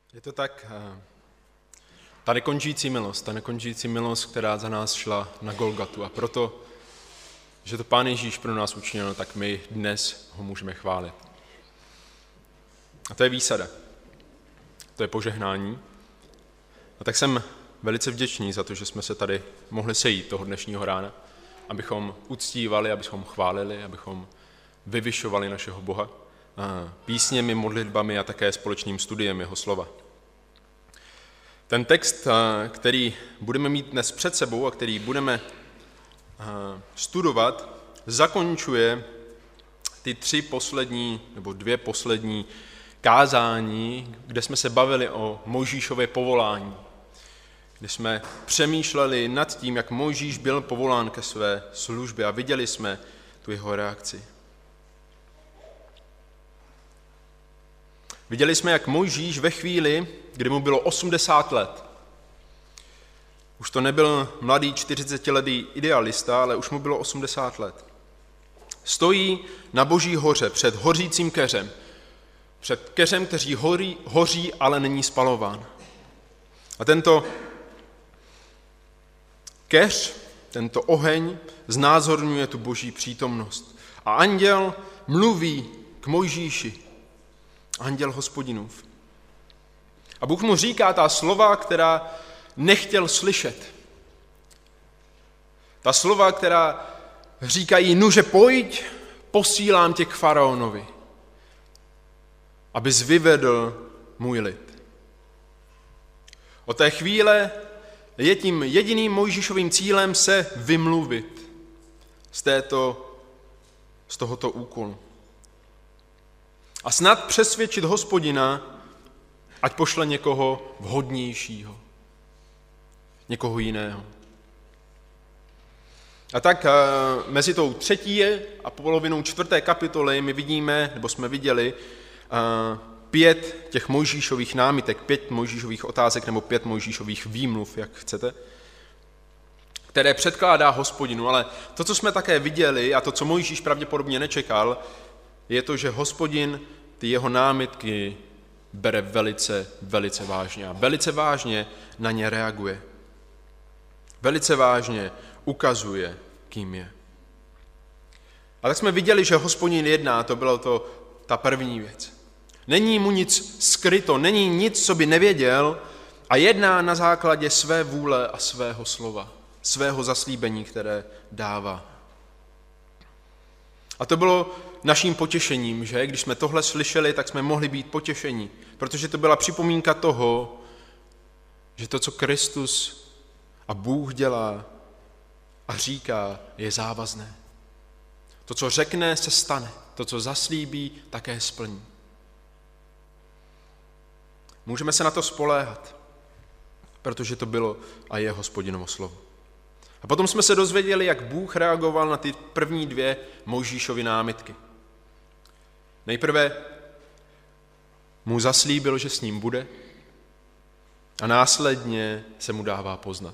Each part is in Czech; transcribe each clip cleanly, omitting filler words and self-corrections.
Je to tak, ta nekončící milost, která za nás šla na Golgatu. A proto, že to Pán Ježíš pro nás učinil, tak my dnes ho můžeme chválit. A to je výsada. To je požehnání. A tak jsem velice vděčný za to, že jsme se tady mohli sejít toho dnešního rána, abychom uctívali, abychom chválili, abychom vyvyšovali našeho Boha písněmi, modlitbami a také společným studiem jeho slova. Ten text, který budeme mít dnes před sebou a který budeme studovat, zakončuje ty dvě poslední kázání, kde jsme se bavili o Mojžíšově povolání, kde jsme přemýšleli nad tím, jak Mojžíš byl povolán ke své službě a viděli jsme tu jeho reakci. Viděli jsme, jak Mojžíš ve chvíli, kdy mu bylo 80 let, už to nebyl mladý 40letý idealista, ale už mu bylo 80 let, stojí na Boží hoře před hořícím keřem, před keřem, který hoří, ale není spalován. A tento keř, tento oheň znázorňuje tu Boží přítomnost. A anděl mluví k Mojžíši, anděl Hospodinův. A Bůh mu říká ta slova, která nechtěl slyšet. Ta slova, která říkají, nuže pojď, posílám tě k faraonovi, abys vyvedl můj lid. Od té chvíle je tím jediným Mojžíšovým cílem se vymluvit z tohoto úkolu. A snad přesvědčit Hospodina, ať pošle někoho vhodnějšího, někoho jiného. A tak mezi tou 3. a polovinou 4. kapitoly my vidíme, nebo jsme viděli, 5 těch Mojžíšových námitek, 5 Mojžíšových otázek nebo 5 Mojžíšových výmluv, jak chcete, které předkládá Hospodinu. Ale to, co jsme také viděli a to, co Mojžíš pravděpodobně nečekal, je to, že Hospodin ty jeho námitky bere velice, velice vážně a velice vážně na ně reaguje. Velice vážně ukazuje, kým je. A tak jsme viděli, že Hospodin jedná, to bylo ta první věc. Není mu nic skryto, není nic, co by nevěděl a jedná na základě své vůle a svého slova, svého zaslíbení, které dává. A to bylo naším potěšením, že když jsme tohle slyšeli, tak jsme mohli být potěšení, protože to byla připomínka toho, že to, co Kristus a Bůh dělá a říká, je závazné. To, co řekne, se stane. To, co zaslíbí, také splní. Můžeme se na to spoléhat, protože to bylo a je Hospodinovo slovo. A potom jsme se dozvěděli, jak Bůh reagoval na ty první 2 Mojžíšovy námitky. Nejprve mu zaslíbil, že s ním bude, a následně se mu dává poznat.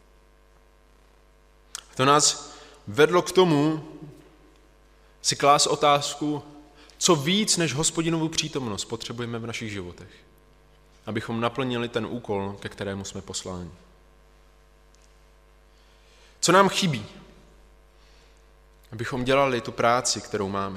A to nás vedlo k tomu si klást otázku, co víc než Hospodinovu přítomnost potřebujeme v našich životech, abychom naplnili ten úkol, ke kterému jsme posláni. Co nám chybí, abychom dělali tu práci, kterou máme.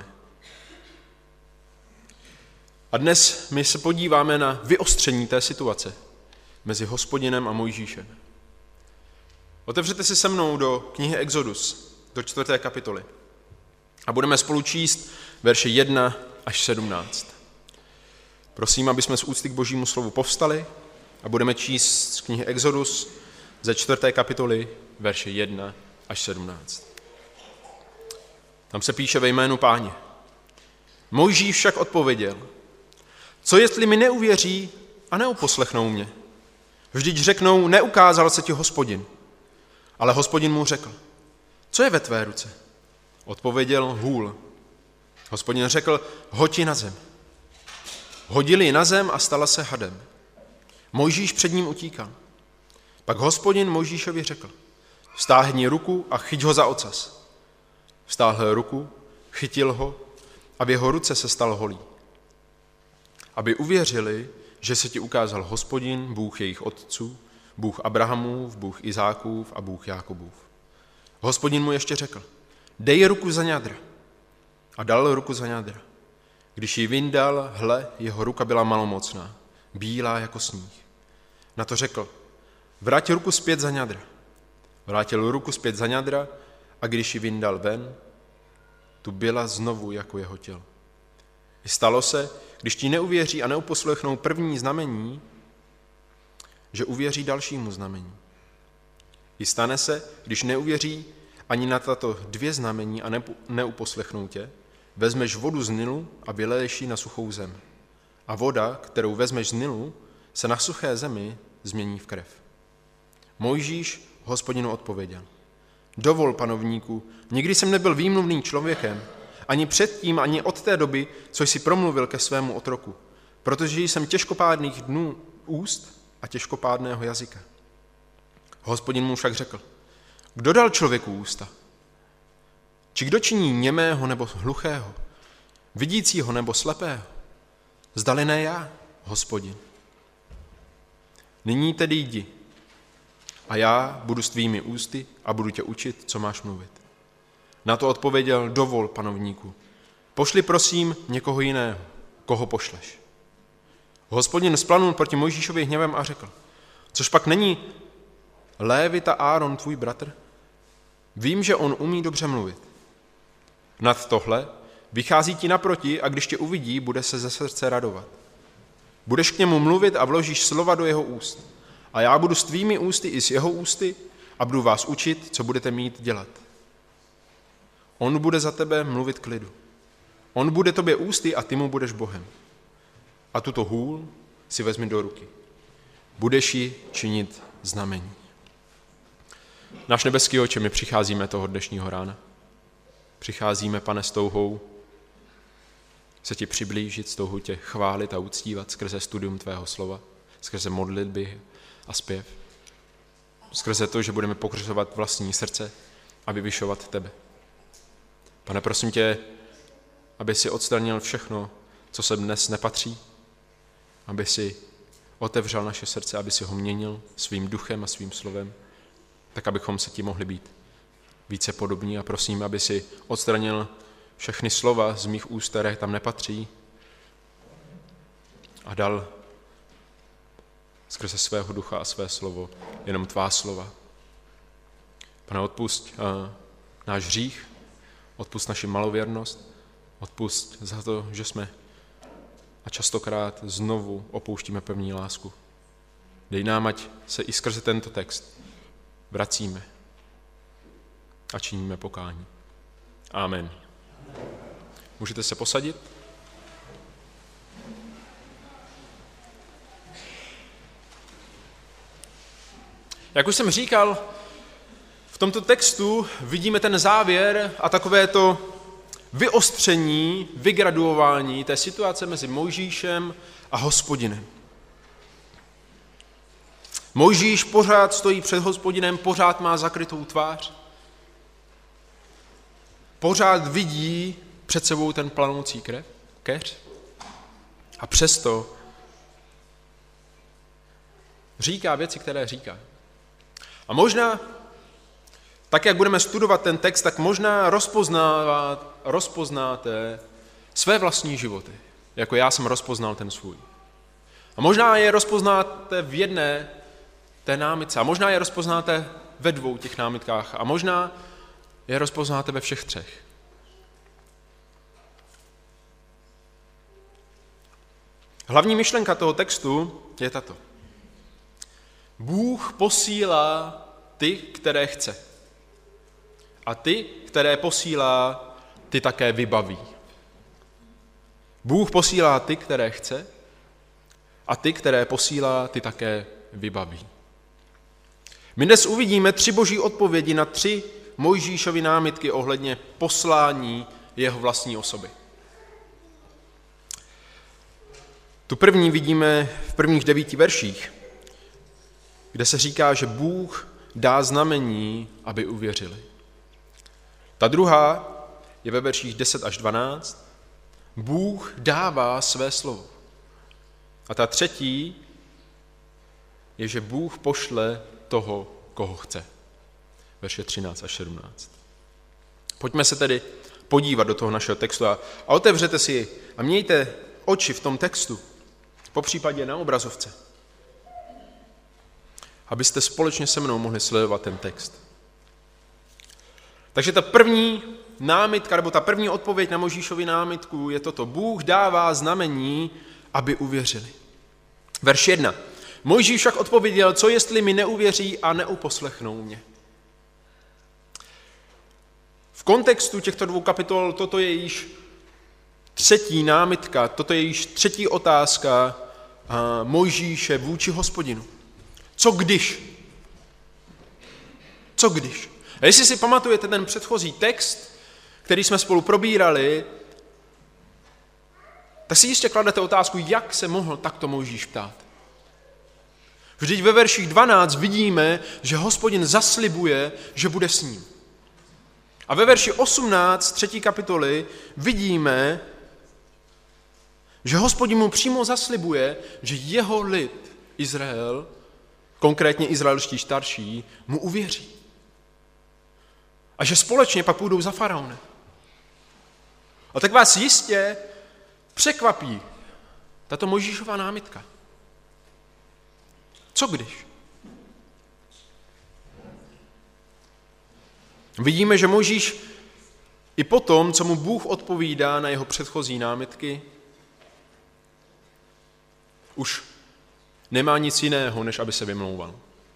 A dnes my se podíváme na vyostření té situace mezi Hospodinem a Mojžíšem. Otevřete si se mnou do knihy Exodus, do 4. kapitoly. A budeme spolu číst verše 1 až 17. Prosím, aby jsme z úcty k Božímu slovu povstali a budeme číst z knihy Exodus ze 4. kapitoly verše 1 až 17. Tam se píše ve jménu Páně. Mojžíš však odpověděl, co jestli mi neuvěří a neuposlechnou mě? Vždyť řeknou, neukázal se ti Hospodin. Ale Hospodin mu řekl, co je ve tvé ruce? Odpověděl, hůl. Hospodin řekl, hoď ji na zem. Hodili ji na zem a stala se hadem. Mojžíš před ním utíkal. Pak Hospodin Mojžíšovi řekl, vztáhni ruku a chyť ho za ocas. Vztáhl ruku, chytil ho a v jeho ruce se stal holý. Aby uvěřili, že se ti ukázal Hospodin, Bůh jejich otců, Bůh Abrahamův, Bůh Izákův a Bůh Jákobův. Hospodin mu ještě řekl, dej ruku za ňadra. A dal ruku za ňadra. Když ji vyndal, hle, jeho ruka byla malomocná, bílá jako sníh. Na to řekl, vrať ruku zpět za ňadra. Vrátil ruku zpět za ňadra a když ji vyndal ven, tu byla znovu jako jeho tělo. I stalo se, když ti neuvěří a neuposlechnou první znamení, že uvěří dalšímu znamení. I stane se, když neuvěří ani na tato 2 znamení a neuposlechnou tě, vezmeš vodu z Nilu a vyleješ ji na suchou zem. A voda, kterou vezmeš z Nilu, se na suché zemi změní v krev. Mojžíš Hospodinu odpověděl, dovol, panovníku, nikdy jsem nebyl výmluvným člověkem, ani předtím, ani od té doby, co jsi promluvil ke svému otroku, protože jsem těžkopádných dnů úst a těžkopádného jazyka. Hospodin mu však řekl, kdo dal člověku ústa? Či kdo činí němého nebo hluchého, vidícího nebo slepého? Zdali ne já, Hospodin. Nyní tedy jdi a já budu s tvými ústy a budu tě učit, co máš mluvit. Na to odpověděl, dovol, panovníku, pošli prosím někoho jiného, koho pošleš. Hospodin splanul proti Mojžíšovi hněvem a řekl, což pak není Lévita Áron tvůj bratr? Vím, že on umí dobře mluvit. Nad tohle vychází ti naproti a když tě uvidí, bude se ze srdce radovat. Budeš k němu mluvit a vložíš slova do jeho úst. A já budu s tvými ústy i s jeho ústy a budu vás učit, co budete mít dělat. On bude za tebe mluvit k lidu. On bude tobě ústy a ty mu budeš Bohem. A tuto hůl si vezmi do ruky. Budeš ji činit znamení. Náš nebeský Otče, my přicházíme toho dnešního rána. Přicházíme, Pane, s touhou se ti přiblížit, s touhou tě chválit a uctívat skrze studium tvého slova, skrze modlitby a zpěv, skrze to, že budeme pokřizovat vlastní srdce a vyvyšovat tebe. Pane, prosím tě, aby si odstranil všechno, co sem dnes nepatří, aby si otevřel naše srdce, aby si ho měnil svým duchem a svým slovem, tak abychom se ti mohli být více podobní a prosím, aby si odstranil všechny slova z mých úst, které tam nepatří a dal skrze svého ducha a své slovo jenom tvá slova. Pane, odpusť náš hřích, odpusť naši malověrnost, odpusť za to, že jsme a častokrát znovu opouštíme první lásku. Dej nám, ať se i skrze tento text vracíme a činíme pokání. Amen. Můžete se posadit? Jak už jsem říkal, v tomto textu vidíme ten závěr a takové to vyostření, vygraduování té situace mezi Mojžíšem a Hospodinem. Mojžíš pořád stojí před Hospodinem, pořád má zakrytou tvář, pořád vidí před sebou ten planoucí keř a přesto říká věci, které říká. A možná, tak jak budeme studovat ten text, tak možná rozpoznáte své vlastní životy, jako já jsem rozpoznal ten svůj. A možná je rozpoznáte v jedné té námitce, a možná je rozpoznáte ve 2 těch námitkách, a možná je rozpoznáte ve všech 3. Hlavní myšlenka toho textu je tato. Bůh posílá ty, které chce. A ty, které posílá, ty také vybaví. Bůh posílá ty, které chce, a ty, které posílá, ty také vybaví. My dnes uvidíme 3 boží odpovědi na 3 Mojžíšovy námitky ohledně poslání jeho vlastní osoby. Tu první vidíme v prvních 9 verších, kde se říká, že Bůh dá znamení, aby uvěřili. Ta druhá je ve verších 10 až 12. Bůh dává své slovo. A ta třetí je, že Bůh pošle toho, koho chce. Verše 13 až 17. Pojďme se tedy podívat do toho našeho textu a otevřete si a mějte oči v tom textu, popřípadě na obrazovce, abyste společně se mnou mohli sledovat ten text. Takže ta první námitka, nebo ta první odpověď na Mojžíšovi námitku je toto. Bůh dává znamení, aby uvěřili. Verš 1. Mojžíš však odpověděl, co jestli mi neuvěří a neuposlechnou mě. V kontextu těchto dvou kapitol toto je již třetí námitka, toto je již třetí otázka Mojžíše vůči Hospodinu. Co když? Co když? A jestli si pamatujete ten předchozí text, který jsme spolu probírali, tak si jistě kladete otázku, jak se mohl takto Mojžíš ptát. Vždyť ve verších 12 vidíme, že Hospodin zaslibuje, že bude s ním. A ve verši 18, 3. kapitoly, vidíme, že Hospodin mu přímo zaslibuje, že jeho lid, Izrael, konkrétně izraelští starší, mu uvěří. A že společně pak půjdou za faraonem. A tak vás jistě překvapí tato Mojžíšova námitka. Co když? Vidíme, že Mojžíš i po tom, co mu Bůh odpovídá na jeho předchozí námitky, už nemá nic jiného, než aby se vymlouval.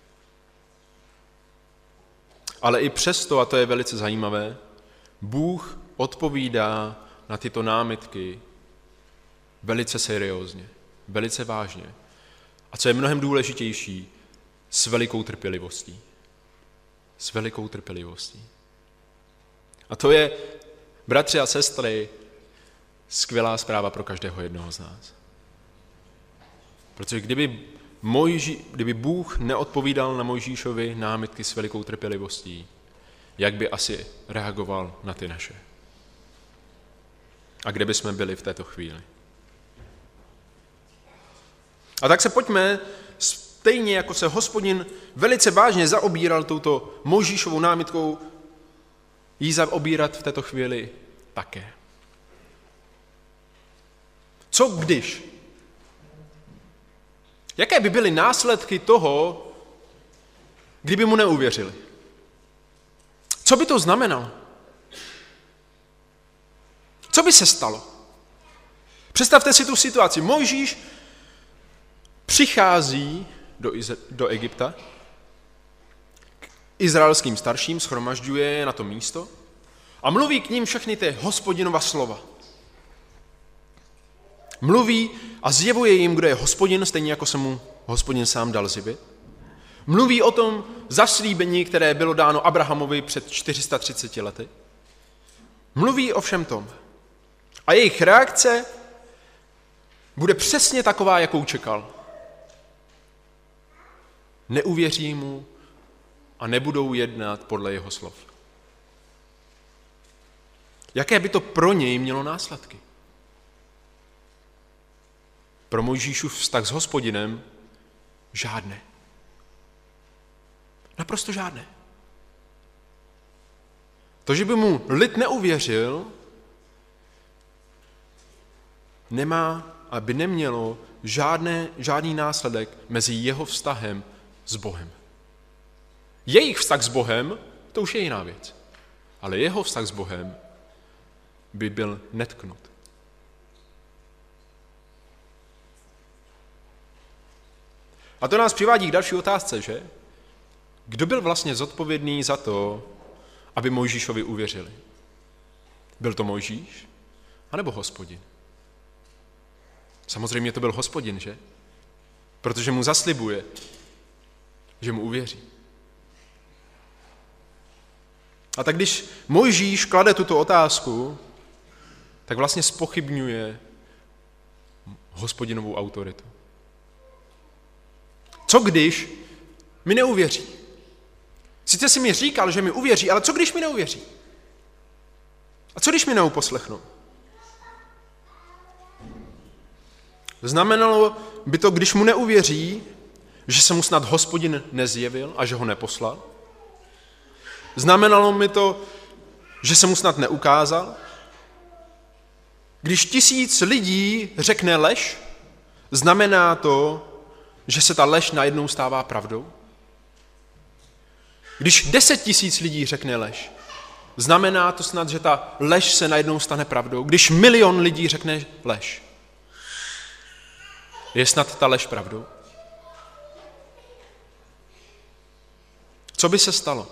Ale i přesto, a to je velice zajímavé, Bůh odpovídá na tyto námitky velice seriózně, velice vážně. A co je mnohem důležitější, s velikou trpělivostí. S velikou trpělivostí. A to je, bratři a sestry, skvělá zpráva pro každého jednoho z nás. Protože kdyby Bůh neodpovídal na Mojžíšovi námitky s velikou trpělivostí, jak by asi reagoval na ty naše? A kde by jsme byli v této chvíli? A tak se pojďme, stejně jako se Hospodin velice vážně zaobíral touto Mojžíšovou námitkou, jí zaobírat v této chvíli také. Co když? Jaké by byly následky toho, kdyby mu neuvěřili? Co by to znamenalo? Co by se stalo? Představte si tu situaci. Mojžíš přichází do Egypta, k izraelským starším, shromažďuje je na to místo a mluví k ním všechny ty Hospodinova slova. Mluví a zjevuje jim, kdo je Hospodin, stejně jako se mu Hospodin sám dal zjevit. Mluví o tom zaslíbení, které bylo dáno Abrahamovi před 430 lety. Mluví o všem tom. A jejich reakce bude přesně taková, jakou čekal. Neuvěří mu a nebudou jednat podle jeho slov. Jaké by to pro něj mělo následky? Pro Mojžíšův vztah s Hospodinem žádné. Naprosto žádné. To, že by mu lid neuvěřil, nemá a by nemělo žádný následek mezi jeho vztahem s Bohem. Jejich vztah s Bohem, to už je jiná věc. Ale jeho vztah s Bohem by byl netknut. A to nás přivádí k další otázce, že? Kdo byl vlastně zodpovědný za to, aby Mojžíšovi uvěřili? Byl to Mojžíš? Anebo Hospodin? Samozřejmě to byl Hospodin, že? Protože mu zaslibuje, že mu uvěří. A tak když Mojžíš klade tuto otázku, tak vlastně zpochybňuje Hospodinovou autoritu. Co když mi neuvěří? Sice si mi říkal, že mi uvěří, ale co když mi neuvěří? A co když mi neuposlechnou? Znamenalo by to, když mu neuvěří, že se mu snad Hospodin nezjevil a že ho neposlal? Znamenalo mi to, že se mu snad neukázal? Když 1000 lidí řekne lež, znamená to, že se ta lež najednou stává pravdou? Když 10 000 lidí řekne lež, znamená to snad, že ta lež se najednou stane pravdou? Když 1 000 000 lidí řekne lež, je snad ta lež pravdou? Co by se stalo,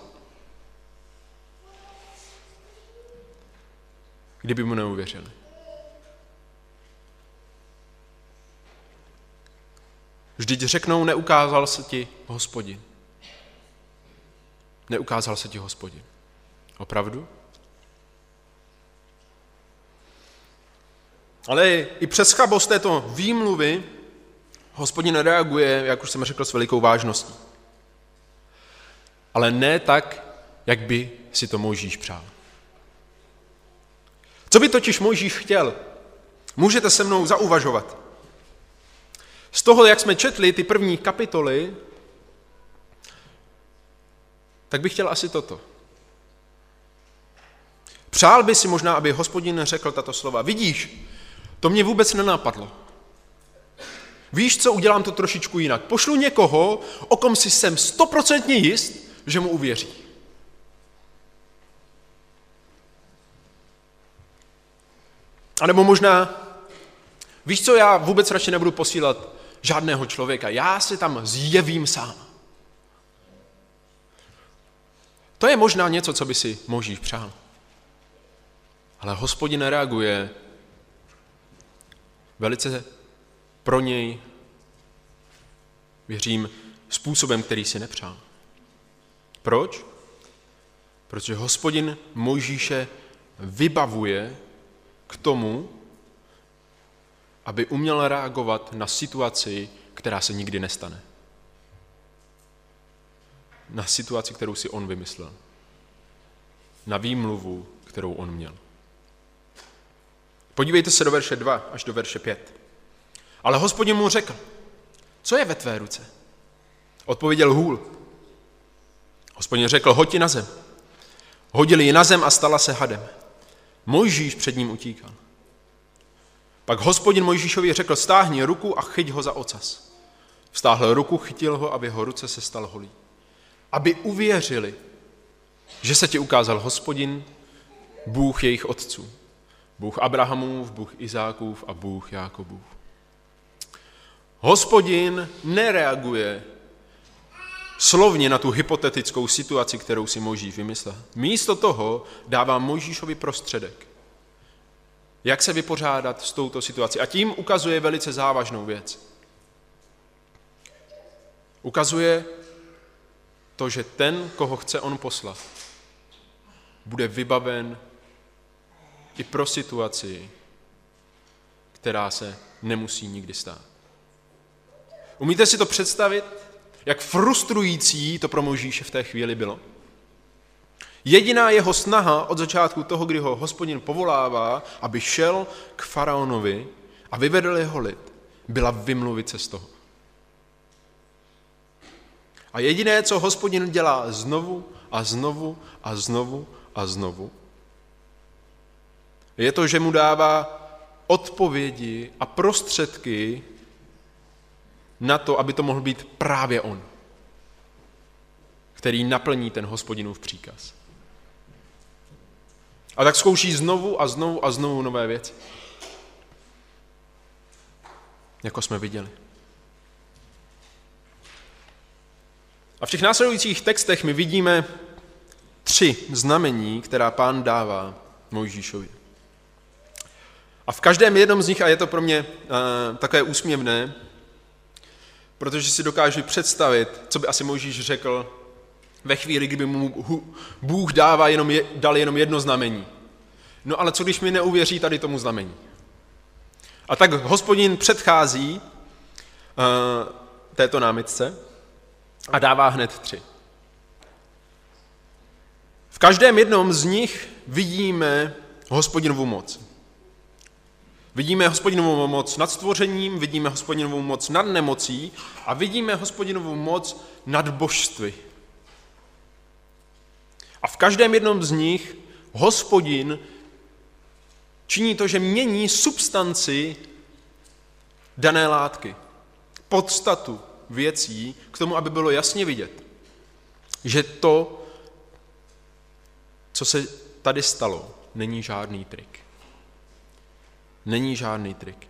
kdyby mu neuvěřili? Vždyť řeknou, neukázal se ti Hospodin. Neukázal se ti Hospodin. Opravdu? Ale i přes chabost této výmluvy Hospodin reaguje, jak už jsem řekl, s velikou vážností. Ale ne tak, jak by si to Mojžíš přál. Co by totiž Mojžíš chtěl? Můžete se mnou zauvažovat. Z toho, jak jsme četli ty první kapitoly, tak bych chtěl asi toto. Přál by si možná, aby Hospodin řekl tato slova. Vidíš, to mě vůbec nenapadlo. Víš co, udělám to trošičku jinak. Pošlu někoho, o kom si jsem 100% jist, že mu uvěří. A nebo možná, víš co, já vůbec radši nebudu posílat žádného člověka, já si tam zjevím sám. To je možná něco, co by si Mojžíš přál. Ale Hospodin reaguje velice pro něj, věřím, způsobem, který si nepřál. Proč? Protože Hospodin Mojžíše vybavuje k tomu, aby uměl reagovat na situaci, která se nikdy nestane. Na situaci, kterou si on vymyslel. Na výmluvu, kterou on měl. Podívejte se do verše 2 až do verše 5. Ale Hospodin mu řekl, co je ve tvé ruce? Odpověděl hůl. Hospodin řekl, hoď ji na zem. Hodili ji na zem a stala se hadem. Mojžíš před ním utíkal. Pak Hospodin Mojžíšovi řekl, stáhni ruku a chyť ho za ocas. Vztáhl ruku, chytil ho a v jeho ruce se stal holý. Aby uvěřili, že se ti ukázal Hospodin, Bůh jejich otců. Bůh Abrahamův, Bůh Izákův a Bůh Jákobův. Hospodin nereaguje slovně na tu hypotetickou situaci, kterou si Mojžíš vymyslel. Místo toho dává Mojžíšovi prostředek, jak se vypořádat s touto situací. A tím ukazuje velice závažnou věc. Ukazuje to, že ten, koho chce on poslat, bude vybaven i pro situaci, která se nemusí nikdy stát. Umíte si to představit, jak frustrující to pro Mojžíše v té chvíli bylo? Jediná jeho snaha od začátku toho, kdy ho Hospodin povolává, aby šel k faraonovi a vyvedl jeho lid, byla vymluvit se z toho. A jediné, co Hospodin dělá znovu a znovu a znovu a znovu, je to, že mu dává odpovědi a prostředky na to, aby to mohl být právě on, který naplní ten Hospodinův příkaz. A tak zkouší znovu a znovu a znovu nové věci. Jako jsme viděli. A v těch následujících textech my vidíme 3 znamení, která Pán dává Mojžíšovi. A v každém jednom z nich, a je to pro mě takové úsměvné, protože si dokážu představit, co by asi Mojžíš řekl ve chvíli, kdyby mu Bůh dal jenom jedno znamení. No ale co když mi neuvěří tady tomu znamení? A tak Hospodin předchází této námitce a dává hned 3. V každém jednom z nich vidíme Hospodinovu moc. Vidíme Hospodinovou moc nad stvořením, vidíme Hospodinovou moc nad nemocí a vidíme Hospodinovou moc nad božstvy. A v každém jednom z nich Hospodin činí to, že mění substanci dané látky, podstatu věcí k tomu, aby bylo jasně vidět, že to, co se tady stalo, není žádný trik. Není žádný trik.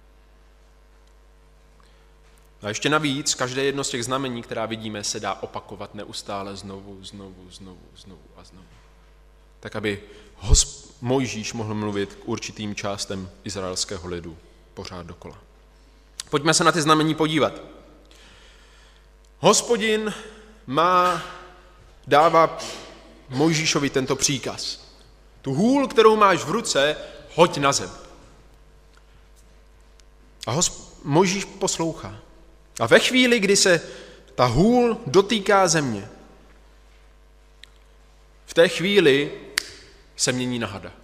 A ještě navíc, každé jedno z těch znamení, která vidíme, se dá opakovat neustále znovu a znovu. Tak, aby Mojžíš mohl mluvit k určitým částem izraelského lidu pořád dokola. Pojďme se na ty znamení podívat. Hospodin dává Mojžíšovi tento příkaz. Tu hůl, kterou máš v ruce, hoď na zem. A Mojžíš poslouchá. A ve chvíli, kdy se ta hůl dotýká země, v té chvíli se mění na hada.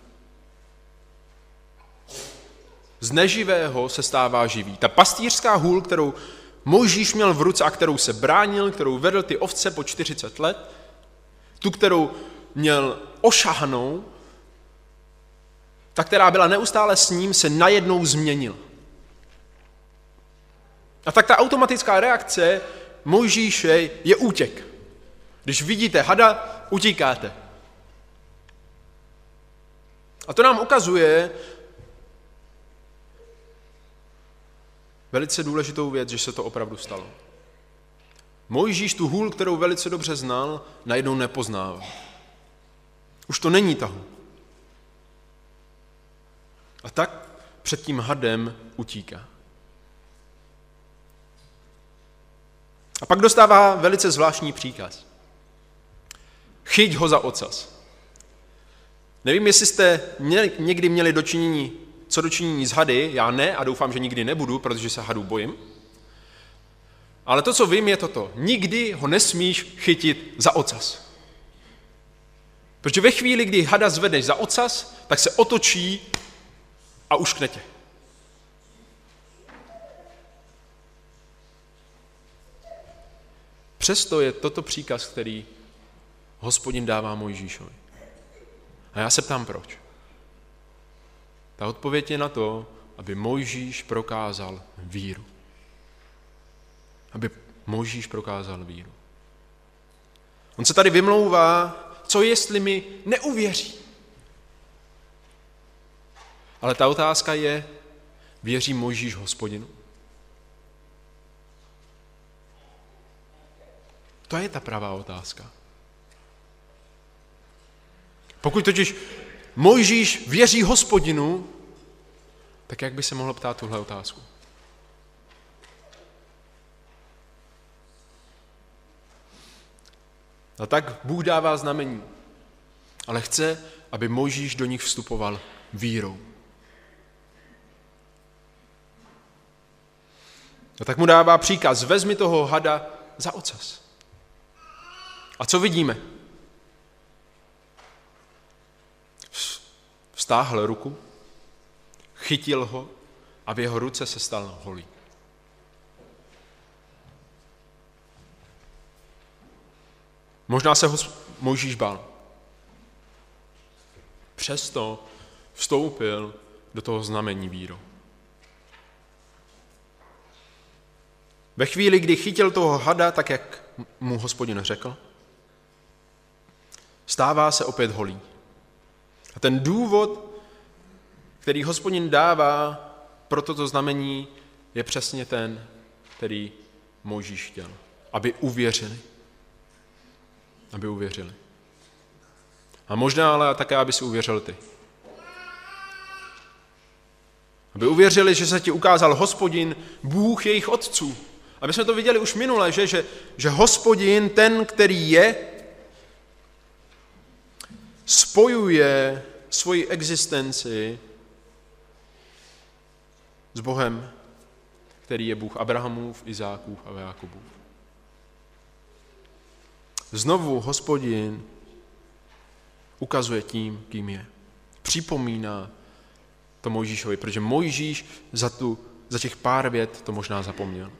Z neživého se stává živý. Ta pastýřská hůl, kterou Mojžíš měl v ruce a kterou se bránil, kterou vedl ty ovce po 40 let, tu, kterou měl ošahanou, ta, která byla neustále s ním, se najednou změnila. A tak ta automatická reakce Mojžíše je útěk. Když vidíte hada, utíkáte. A to nám ukazuje velice důležitou věc, že se to opravdu stalo. Mojžíš tu hůl, kterou velice dobře znal, najednou nepoznává. Už to není ta hůl. A tak před tím hadem utíká. A pak dostává velice zvláštní příkaz. Chyť ho za ocas. Nevím, jestli jste někdy měli co dočinění s hady, já ne a doufám, že nikdy nebudu, protože se hadů bojím. Ale to, co vím, je toto. Nikdy ho nesmíš chytit za ocas. Protože ve chvíli, kdy hada zvedneš za ocas, tak se otočí a uškne tě. Přesto je toto příkaz, který Hospodin dává Mojžíšovi. A já se ptám, proč. Ta odpověď je na to, aby Mojžíš prokázal víru. Aby Mojžíš prokázal víru. On se tady vymlouvá, co jestli mi neuvěří. Ale ta otázka je, věří Mojžíš Hospodinu? To je ta pravá otázka. Pokud totiž Mojžíš věří Hospodinu, tak jak by se mohl ptát tuhle otázku? A tak Bůh dává znamení, ale chce, aby Mojžíš do nich vstupoval vírou. A tak mu dává příkaz, vezmi toho hada za ocas. A co vidíme? Vztáhl ruku, chytil ho a v jeho ruce se stal holý. Možná se ho Mojžíš bál. Přesto vstoupil do toho znamení vírou. Ve chvíli, kdy chytil toho hada, tak jak mu Hospodin řekl, stává se opět holý. A ten důvod, který Hospodin dává pro toto znamení, je přesně ten, který Mojžíš chtěl. Aby uvěřili. Aby uvěřili. A možná ale také, aby si uvěřil ty. Aby uvěřili, že se ti ukázal Hospodin, Bůh jejich otců. A my jsme to viděli už minule, že Hospodin, ten, který je, spojuje svoji existenci s Bohem, který je Bůh Abrahamův, Izákův a Jákobův. Znovu Hospodin ukazuje tím, kým je. Připomíná to Mojžíšovi, protože Mojžíš za těch pár vět to možná zapomněl.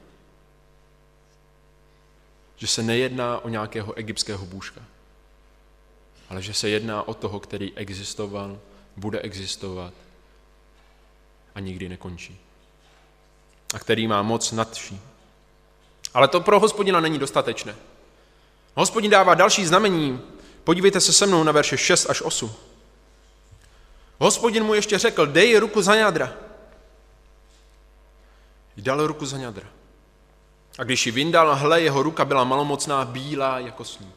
Že se nejedná o nějakého egyptského bůžka, ale že se jedná o toho, který existoval, bude existovat a nikdy nekončí. A který má moc nad vším. Ale to pro Hospodina není dostatečné. Hospodin dává další znamení. Podívejte se se mnou na verše 6 až 8. Hospodin mu ještě řekl, dej ruku za ňadra. Dal ruku za ňadra. A když ji vyndal, hle, jeho ruka byla malomocná, bílá jako sníh.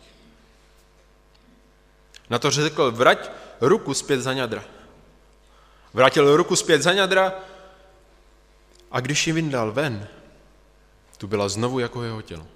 Na to řekl, vrať ruku zpět za ňadra. Vrátil ruku zpět za ňadra a když ji vyndal ven, tu byla znovu jako jeho tělo.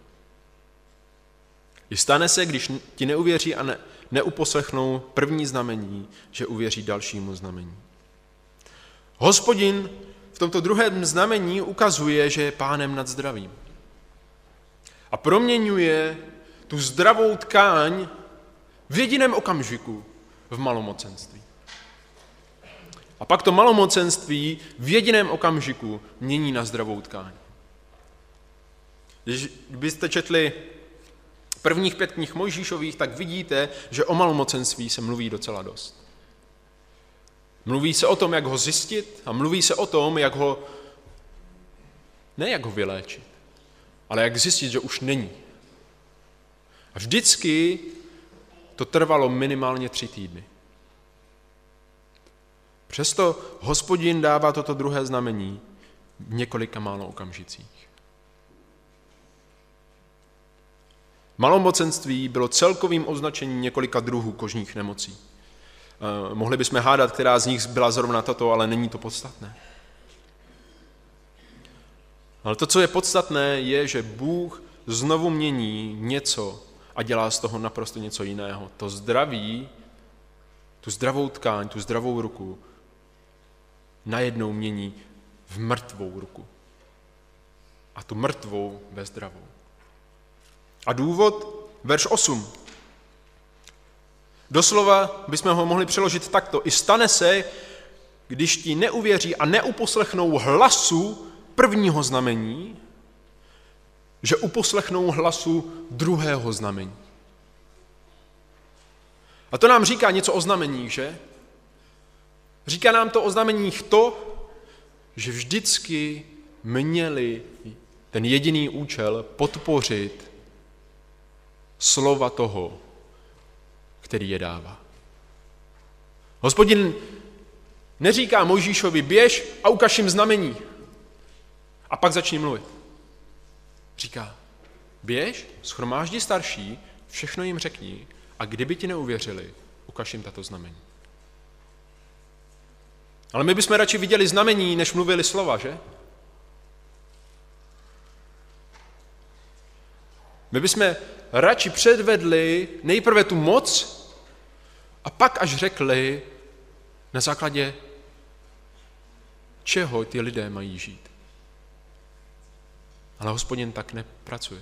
I stane se, když ti neuvěří a neuposlechnou první znamení, že uvěří dalšímu znamení. Hospodin v tomto druhém znamení ukazuje, že je pánem nad zdravím. A proměňuje tu zdravou tkáň v jediném okamžiku v malomocenství. A pak to malomocenství v jediném okamžiku mění na zdravou tkáň. Kdybyste četli prvních 5 knih Mojžíšových, tak vidíte, že o malomocenství se mluví docela dost. Mluví se o tom, jak ho zjistit a mluví se o tom, jak ho vyléčit, ale jak zjistit, že už není. A vždycky to trvalo minimálně 3 týdny. Přesto Hospodin dává toto druhé znamení v několika málo okamžicích. Malomocenství bylo celkovým označením několika druhů kožních nemocí. Mohli bychom hádat, která z nich byla zrovna tato, ale není to podstatné. Ale to, co je podstatné, je, že Bůh znovu mění něco a dělá z toho naprosto něco jiného. To zdraví, tu zdravou tkáň, tu zdravou ruku najednou mění v mrtvou ruku. A tu mrtvou ve zdravou. A důvod, verš 8. Doslova bychom ho mohli přeložit takto. I stane se, když ti neuvěří a neuposlechnou hlasu prvního znamení, že uposlechnou hlasu druhého znamení. A to nám říká něco o znameních, že? Říká nám to o znameních to, že vždycky měli ten jediný účel podpořit slova toho, který je dává. Hospodin neříká Mojžíšovi, běž a ukaž jim znamení a pak začni mluvit. Říká, běž, shromáždi starší, všechno jim řekni a kdyby ti neuvěřili, ukaž jim tato znamení. Ale my bychom radši viděli znamení, než mluvili slova, že? My bychom radši předvedli nejprve tu moc a pak až řekli, na základě čeho ty lidé mají žít. Ale Hospodin tak nepracuje.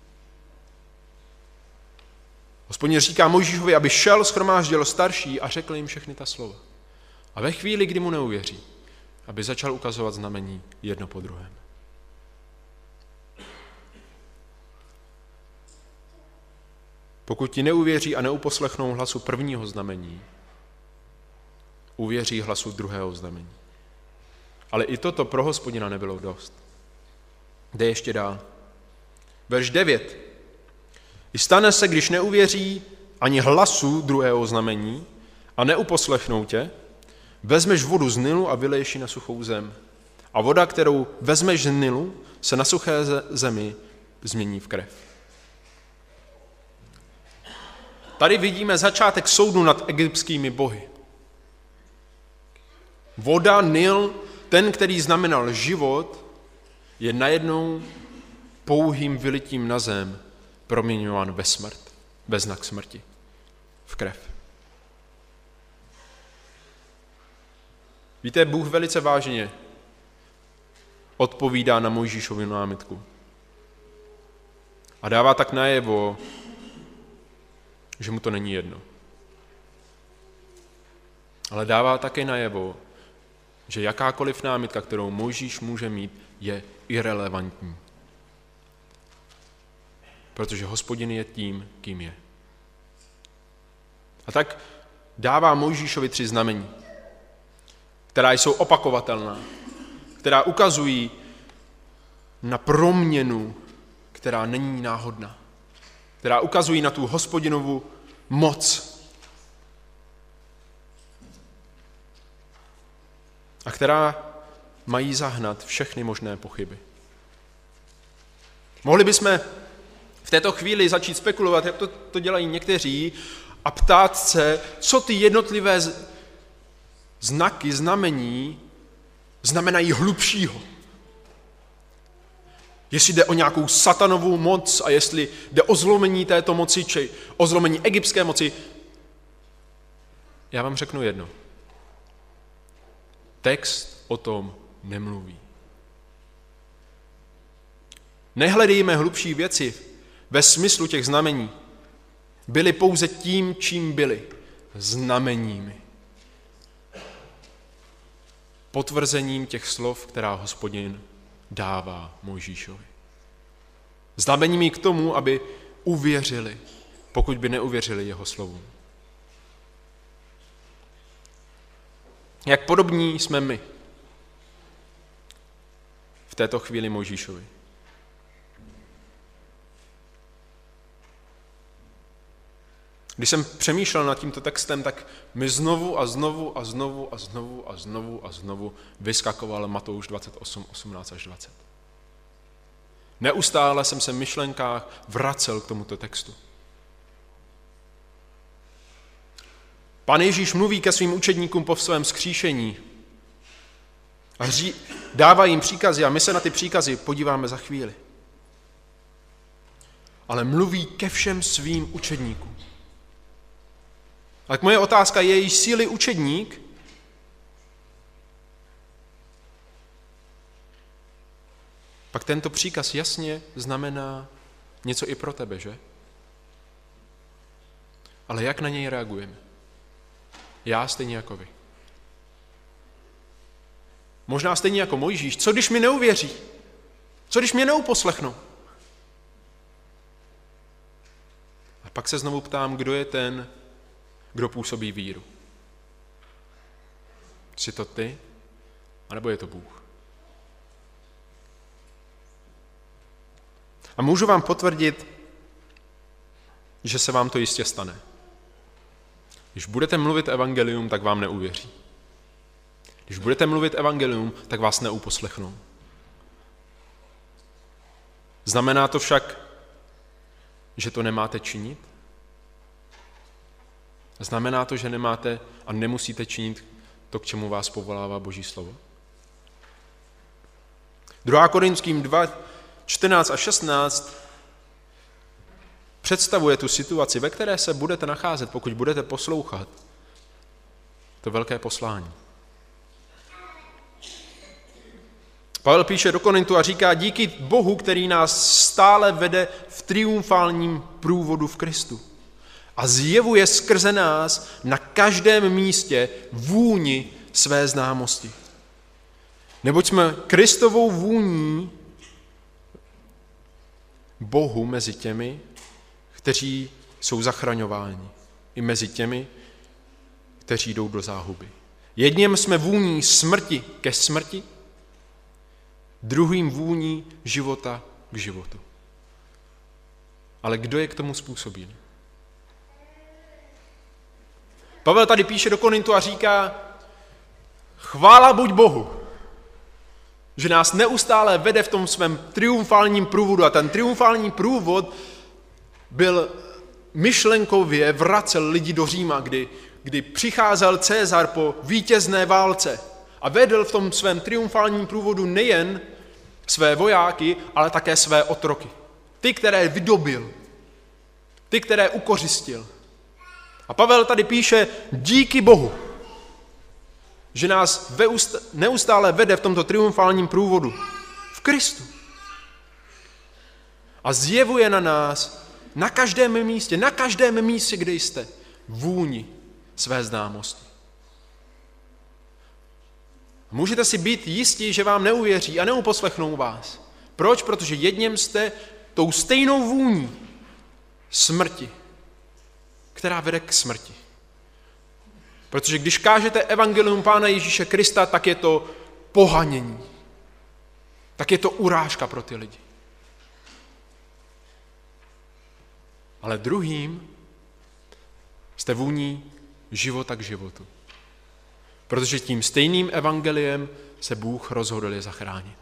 Hospodin říká Mojžíšovi, aby šel, shromáždil starší a řekl jim všechny ta slova. A ve chvíli, kdy mu neuvěří, aby začal ukazovat znamení jedno po druhém. Pokud ti neuvěří a neuposlechnou hlasu prvního znamení, uvěří hlasu druhého znamení. Ale i toto pro Hospodina nebylo dost. Jde ještě dál. Verš 9. I stane se, když neuvěří ani hlasu druhého znamení a neuposlechnou tě, vezmeš vodu z Nilu a vyleješ ji na suchou zem. A voda, kterou vezmeš z Nilu, se na suché zemi změní v krev. Tady vidíme začátek soudu nad egyptskými bohy. Voda, Nil, ten, který znamenal život, je najednou pouhým vylitím na zem proměňován ve smrt, ve znak smrti, v krev. Víte, Bůh velice vážně odpovídá na Mojžíšovu námitku. A dává tak najevo, že mu to není jedno. Ale dává také najevo, že jakákoliv námitka, kterou Mojžíš může mít, je irelevantní. Protože Hospodin je tím, kým je. A tak dává Mojžíšovi 3 znamení, která jsou opakovatelná, která ukazují na proměnu, která není náhodná, která ukazují na tu Hospodinovu moc a která mají zahnat všechny možné pochyby. Mohli bychom v této chvíli začít spekulovat, jak to dělají někteří, a ptát se, co ty jednotlivé znaky, znamení znamenají hlubšího. Jestli jde o nějakou satanovou moc a jestli jde o zlomení této moci, či o zlomení egyptské moci. Já vám řeknu jedno. Text o tom nemluví. Nehledejme hlubší věci ve smyslu těch znamení. Byly pouze tím, čím byly. Znameními. Potvrzením těch slov, která Hospodin dává Mojžíšovi. Znameními k tomu, aby uvěřili, pokud by neuvěřili jeho slovům. Jak podobní jsme my v této chvíli Mojžíšovi. Když jsem přemýšlel nad tímto textem, tak mi znovu vyskakoval Matouš 28, 18 až 20. Neustále jsem se v myšlenkách vracel k tomuto textu. Pán Ježíš mluví ke svým učedníkům po svém vzkříšení a dává jim příkazy a my se na ty příkazy podíváme za chvíli. Ale mluví ke všem svým učedníkům. Tak moje otázka je, jsi-li učedník, pak tento příkaz jasně znamená něco i pro tebe, že? Ale jak na něj reagujeme? Já stejně jako vy. Možná stejně jako Mojžíš. Co když mi neuvěří? Co když mě neuposlechnou? A pak se znovu ptám, kdo je ten, kdo působí víru. Jsi to ty, anebo je to Bůh? A můžu vám potvrdit, že se vám to jistě stane. Když budete mluvit evangelium, tak vám neuvěří. Když budete mluvit evangelium, tak vás neuposlechnou. Znamená to však, že to nemáte činit? Znamená to, že nemáte a nemusíte činit to, k čemu vás povolává Boží slovo? 2. Korinským 2, 14 a 16 představuje tu situaci, ve které se budete nacházet, pokud budete poslouchat to velké poslání. Pavel píše do Korintu a říká, díky Bohu, který nás stále vede v triumfálním průvodu v Kristu a zjevuje skrze nás na každém místě vůni své známosti. Neboť jsme Kristovou vůní Bohu mezi těmi, kteří jsou zachraňováni, i mezi těmi, kteří jdou do záhuby. Jedním jsme vůní smrti ke smrti, druhým vůní života k životu. Ale kdo je k tomu způsobilý? Pavel tady píše do Korintu a říká, chvála buď Bohu, že nás neustále vede v tom svém triumfálním průvodu. A ten triumfální průvod byl myšlenkově vracel lidi do Říma, kdy přicházel Cezar po vítězné válce a vedl v tom svém triumfálním průvodu nejen své vojáky, ale také své otroky. Ty, které vydobil, ty, které ukořistil. A Pavel tady píše, díky Bohu, že nás neustále vede v tomto triumfálním průvodu v Kristu. A zjevuje na nás na každém místě, kde jste, vůni své známosti. Můžete si být jistí, že vám neuvěří a neuposlechnou vás. Proč? Protože jedním jste tou stejnou vůní smrti, která vede k smrti. Protože když kážete evangelium Pána Ježíše Krista, tak je to pohanění. Tak je to urážka pro ty lidi. Ale druhým jste vůní života k životu. Protože tím stejným evangeliem se Bůh rozhodl je zachránit.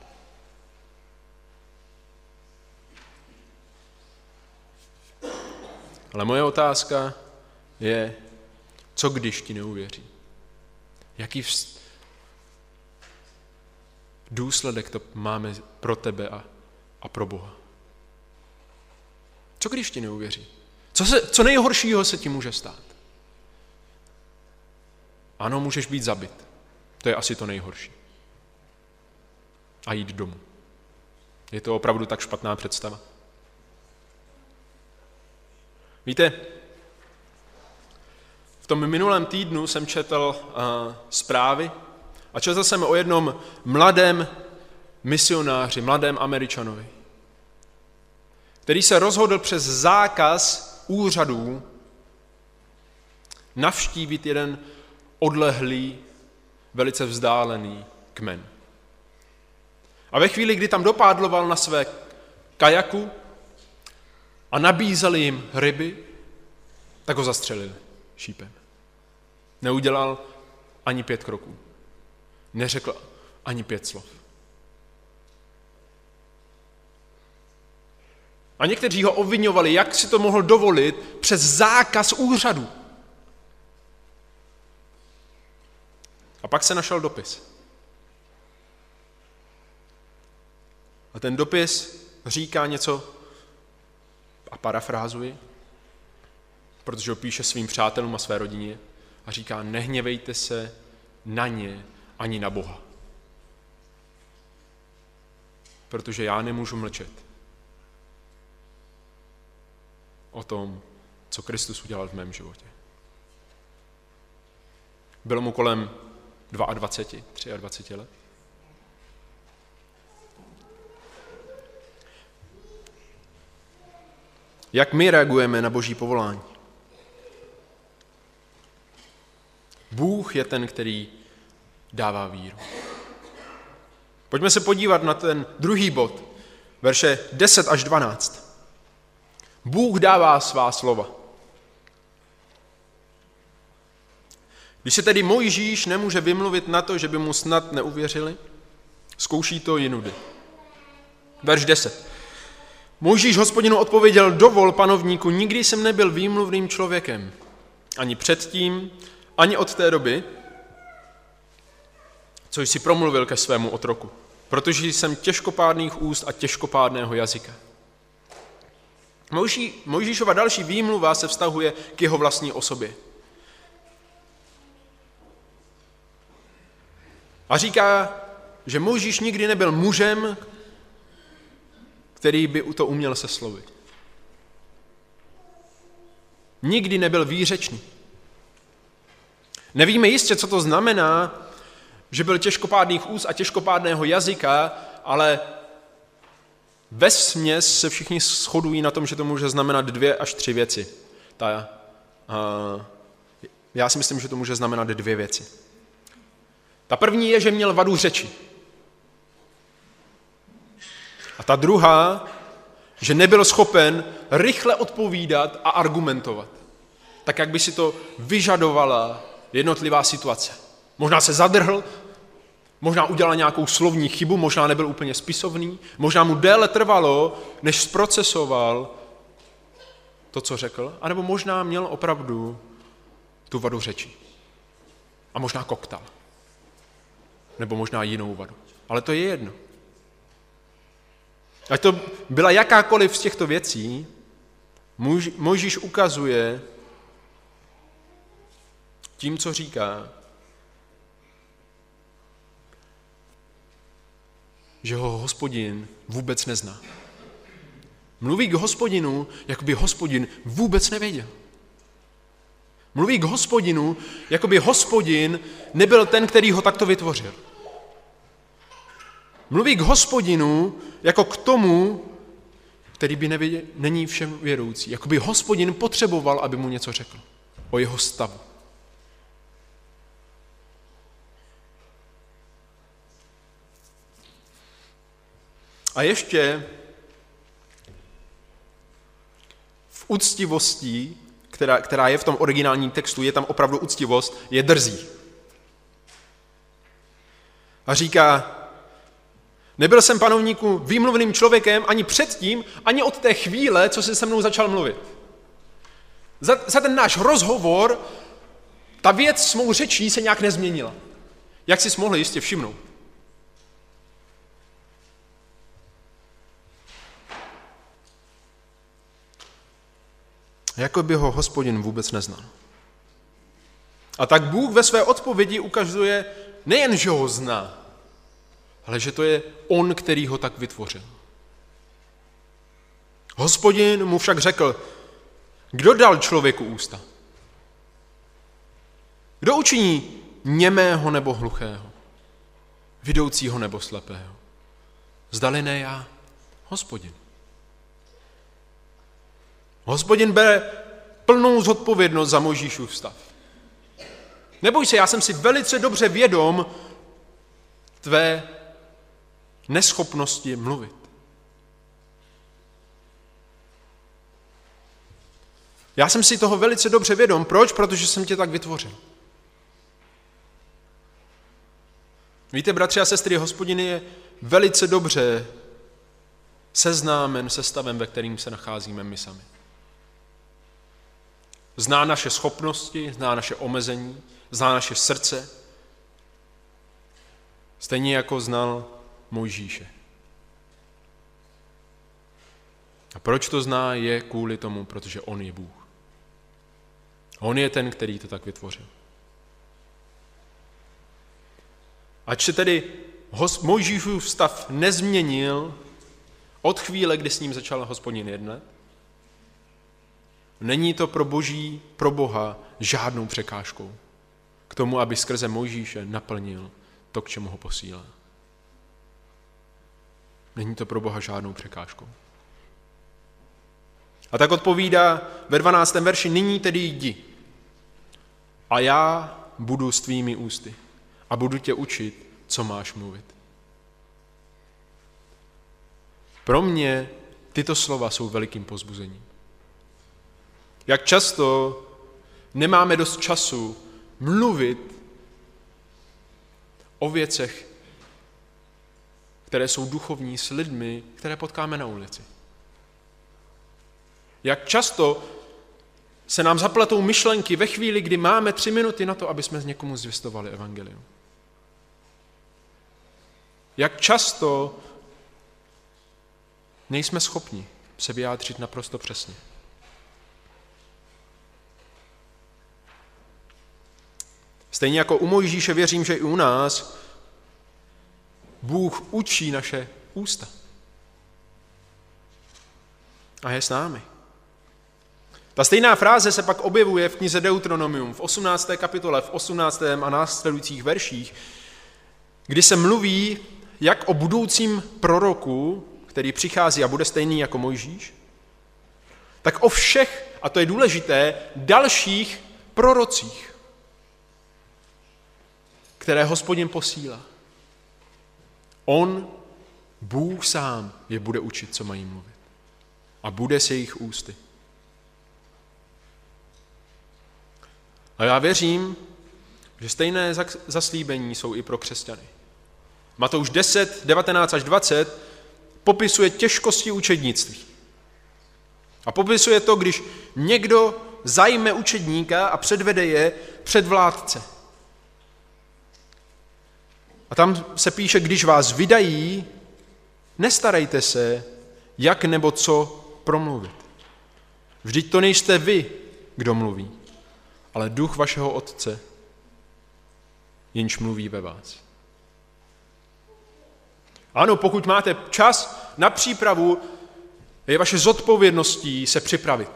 Ale moje otázka je, co když ti neuvěří? Jaký důsledek to máme pro tebe a pro Boha? Co když ti neuvěří? Co nejhoršího se ti může stát? Ano, můžeš být zabit. To je asi to nejhorší. A jít domů. Je to opravdu tak špatná představa? Víte, v tom minulém týdnu jsem četl zprávy a četl jsem o jednom mladém misionáři, mladém Američanovi, který se rozhodl přes zákaz úřadů navštívit jeden odlehlý, velice vzdálený kmen. A ve chvíli, kdy tam dopádloval na své kajaku a nabízeli jim ryby, tak ho zastřelili šípem. Neudělal ani 5 kroků. Neřekl ani 5 slov. A někteří ho obviňovali, jak si to mohl dovolit přes zákaz úřadu. A pak se našel dopis. A ten dopis říká něco, a parafrázuji, protože ho píše svým přátelům a své rodině, a říká, nehněvejte se na ně ani na Boha. Protože já nemůžu mlčet o tom, co Kristus udělal v mém životě. Bylo mu kolem 22, 23 let. Jak my reagujeme na Boží povolání? Bůh je ten, který dává víru. Pojďme se podívat na ten druhý bod, verše 10 až 12. Bůh dává svá slova. Když se tedy Mojžíš nemůže vymluvit na to, že by mu snad neuvěřili, zkouší to jinudy. Verš 10. Mojžíš Hospodinu odpověděl, dovol, panovníku, nikdy jsem nebyl výmluvným člověkem. Ani předtím, ani od té doby, co jsi promluvil ke svému otroku. Protože jsem těžkopádných úst a těžkopádného jazyka. Mojžíšova další výmluva se vztahuje k jeho vlastní osobě. A říká, že Mojžíš nikdy nebyl mužem, který by to uměl se slovy. Nikdy nebyl výřečný. Nevíme jistě, co to znamená, že byl těžkopádných úst a těžkopádného jazyka, ale vesměs se všichni shodují na tom, že to může znamenat 2 až 3 věci. Já si myslím, že to může znamenat 2 věci. Ta první je, že měl vadu řeči. A ta druhá, že nebyl schopen rychle odpovídat a argumentovat. Tak, jak by si to vyžadovala jednotlivá situace. Možná se zadrhl, možná udělal nějakou slovní chybu, možná nebyl úplně spisovný, možná mu déle trvalo, než zprocesoval to, co řekl, anebo možná měl opravdu tu vadu řeči. A možná koktal. Nebo možná jinou vadu. Ale to je jedno. Ať to byla jakákoliv z těchto věcí, Mojžíš ukazuje tím, co říká, že ho Hospodin vůbec nezná. Mluví k Hospodinu, jako by Hospodin vůbec nevěděl. Mluví k Hospodinu, jako by Hospodin nebyl ten, který ho takto vytvořil. Mluví k Hospodinu jako k tomu, který není všem vědoucí. Jako by Hospodin potřeboval, aby mu něco řekl o jeho stavu. A ještě v úctivosti, která je v tom originálním textu, je tam opravdu úctivost, je drzí. A říká, nebyl jsem panovníku výmluvným člověkem ani předtím, ani od té chvíle, co jsi se mnou začal mluvit. Za ten náš rozhovor ta věc s mou řečí se nějak nezměnila. Jak jsi mohli jistě všimnout. Jako by ho Hospodin vůbec neznal. A tak Bůh ve své odpovědi ukazuje nejen, že ho zná, ale že to je on, který ho tak vytvořil. Hospodin mu však řekl, kdo dal člověku ústa? Kdo učiní němého nebo hluchého, vidoucího nebo slepého? Zdali ne já, Hospodin. Hospodin bere plnou zodpovědnost za Mojžíšův stav. Neboj se, já jsem si velice dobře vědom tvé neschopnosti mluvit. Já jsem si toho velice dobře vědom. Proč? Protože jsem tě tak vytvořil. Víte, bratři a sestry, Hospodin je velice dobře seznámen se stavem, ve kterým se nacházíme my sami. Zná naše schopnosti, zná naše omezení, zná naše srdce, stejně jako znal Mojžíše. A proč to zná, je kvůli tomu, protože on je Bůh. On je ten, který to tak vytvořil. Ač se tedy Mojžíšův stav nezměnil od chvíle, kdy s ním začal Hospodin jednat, není to pro Boha žádnou překážkou k tomu, aby skrze Mojžíše naplnil to, k čemu ho posílá. Není to pro Boha žádnou překážkou. A tak odpovídá ve 12. verši, nyní tedy jdi a já budu s tvými ústy a budu tě učit, co máš mluvit. Pro mě tyto slova jsou velikým povzbuzením. Jak často nemáme dost času mluvit o věcech, které jsou duchovní, s lidmi, které potkáme na ulici. Jak často se nám zapletou myšlenky ve chvíli, kdy máme 3 minuty na to, aby jsme někomu zvěstovali evangelium. Jak často nejsme schopni se vyjádřit naprosto přesně. Stejně jako u Mojžíše věřím, že i u nás Bůh učí naše ústa. A je s námi. Ta stejná fráze se pak objevuje v knize Deuteronomium v 18. kapitole, v 18. a následujících verších, kdy se mluví jak o budoucím proroku, který přichází a bude stejný jako Mojžíš, tak o všech, a to je důležité, dalších prorocích, které Hospodin posílá. On, Bůh sám, je bude učit, co mají mluvit. A bude se jejich ústy. A já věřím, že stejné zaslíbení jsou i pro křesťany. Matouš 10, 19 až 20 popisuje těžkosti učednictví. A popisuje to, když někdo zajme učedníka a předvede je před vládce. A tam se píše, když vás vydají, nestarejte se, jak nebo co promluvit. Vždyť to nejste vy, kdo mluví, ale duch vašeho Otce, jenž mluví ve vás. Ano, pokud máte čas na přípravu, je vaše zodpovědností se připravit.